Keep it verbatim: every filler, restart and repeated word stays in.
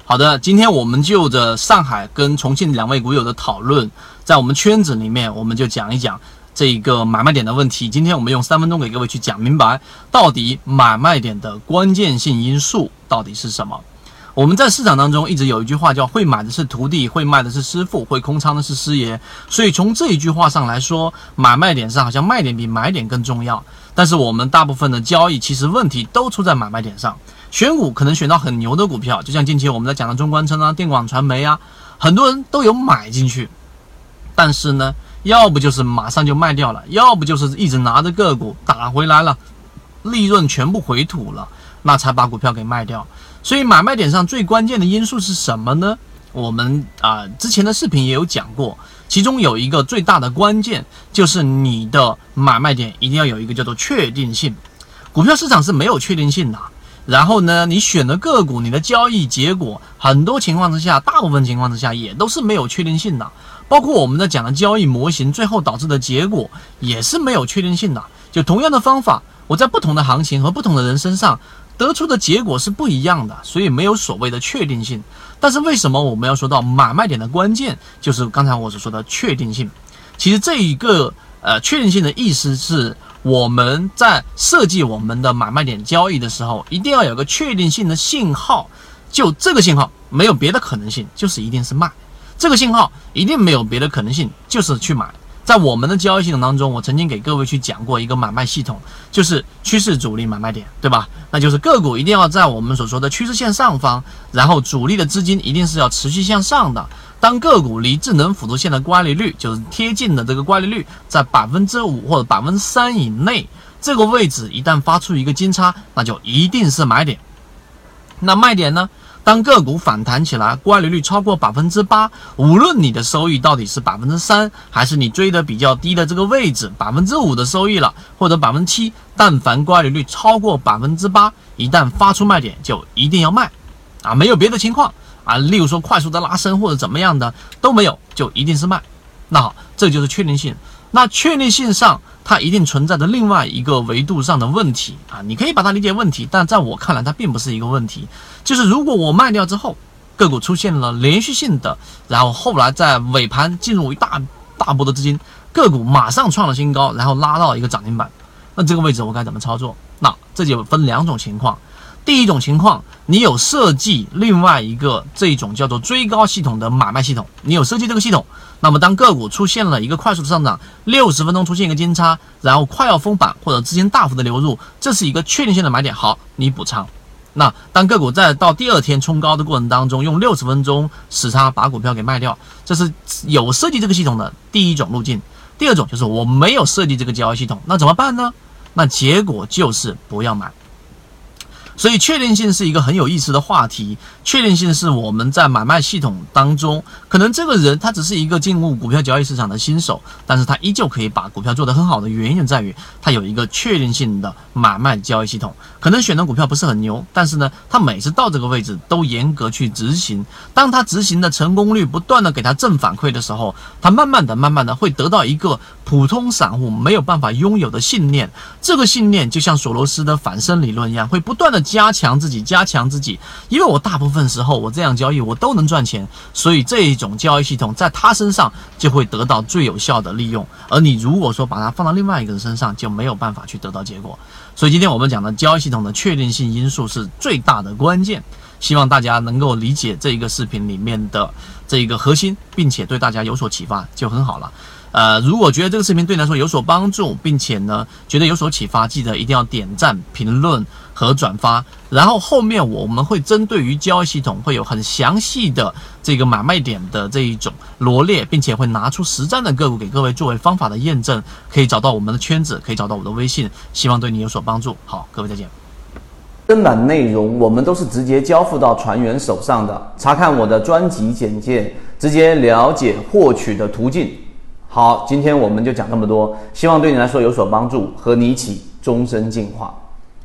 好的，今天我们就着上海跟重庆两位股友的讨论，在我们圈子里面，我们就讲一讲这个买卖点的问题。今天我们用三分钟给各位去讲明白，到底买卖点的关键性因素到底是什么。我们在市场当中一直有一句话叫会买的是徒弟，会卖的是师傅，会空仓的是师爷。所以从这一句话上来说，买卖点上好像卖点比买点更重要。但是我们大部分的交易其实问题都出在买卖点上。选股可能选到很牛的股票，就像近期我们在讲的中关村啊、电广传媒啊，很多人都有买进去，但是呢，要不就是马上就卖掉了，要不就是一直拿着个股打回来了，利润全部回吐了，那才把股票给卖掉。所以买卖点上最关键的因素是什么呢？我们啊、呃、之前的视频也有讲过，其中有一个最大的关键就是你的买卖点一定要有一个叫做确定性。股票市场是没有确定性的。然后呢，你选的个股，你的交易结果，很多情况之下，大部分情况之下也都是没有确定性的。包括我们在讲的交易模型，最后导致的结果也是没有确定性的。就同样的方法，我在不同的行情和不同的人身上得出的结果是不一样的，所以没有所谓的确定性。但是为什么我们要说到买卖点的关键，就是刚才我所说的确定性。其实这一个呃确定性的意思是，我们在设计我们的买卖点交易的时候，一定要有个确定性的信号，就这个信号没有别的可能性，就是一定是卖。这个信号一定没有别的可能性，就是去买。在我们的交易系统当中，我曾经给各位去讲过一个买卖系统，就是趋势主力买卖点，对吧？那就是个股一定要在我们所说的趋势线上方，然后主力的资金一定是要持续向上的。当个股离智能辅助线的乖离率，就是贴近的这个乖离率在百分之五或者百分之三以内，这个位置一旦发出一个金叉，那就一定是买点。那卖点呢？当个股反弹起来，乖离率超过百分之八，无论你的收益到底是百分之三，还是你追的比较低的这个位置百分之五的收益了，或者百分之七，但凡乖离率超过百分之八，一旦发出卖点，就一定要卖啊，没有别的情况啊，例如说快速的拉升或者怎么样的都没有，就一定是卖。那好，这就是确定性。那确定性上，它一定存在着另外一个维度上的问题啊，你可以把它理解问题，但在我看来，它并不是一个问题。就是如果我卖掉之后，个股出现了连续性的，然后后来在尾盘进入一大大波的资金，个股马上创了新高，然后拉到一个涨停板，那这个位置我该怎么操作？那这就分两种情况。第一种情况，你有设计另外一个这种叫做追高系统的买卖系统，你有设计这个系统，那么当个股出现了一个快速的上涨，六十分钟出现一个金叉，然后快要封板或者资金大幅的流入，这是一个确定性的买点，好，你补仓。那当个股在到第二天冲高的过程当中，用六十分钟死叉把股票给卖掉，这是有设计这个系统的第一种路径。第二种就是我没有设计这个交易系统，那怎么办呢？那结果就是不要买。所以确定性是一个很有意思的话题。确定性是我们在买卖系统当中，可能这个人他只是一个进入股票交易市场的新手，但是他依旧可以把股票做得很好的原因在于他有一个确定性的买卖交易系统。可能选的股票不是很牛，但是呢，他每次到这个位置都严格去执行。当他执行的成功率不断的给他正反馈的时候，他慢慢的慢慢的会得到一个普通散户没有办法拥有的信念。这个信念就像索罗斯的反身理论一样，会不断的加强自己，加强自己。因为我大部分时候我这样交易我都能赚钱，所以这一种交易系统在他身上就会得到最有效的利用。而你如果说把它放到另外一个人身上，就没有办法去得到结果。所以今天我们讲的交易系统的确定性因素是最大的关键。希望大家能够理解这一个视频里面的这一个核心，并且对大家有所启发就很好了。呃，如果觉得这个视频对你来说有所帮助，并且呢觉得有所启发，记得一定要点赞、评论和转发。然后后面我们会针对于交易系统会有很详细的这个买卖点的这一种罗列，并且会拿出实战的个股给各位作为方法的验证，可以找到我们的圈子，可以找到我的微信，希望对你有所帮助。好，各位再见。 正版内容我们都是直接交付到船员手上的，查看我的专辑简介，直接了解获取的途径。好，今天我们就讲这么多，希望对你来说有所帮助，和你一起终身进化。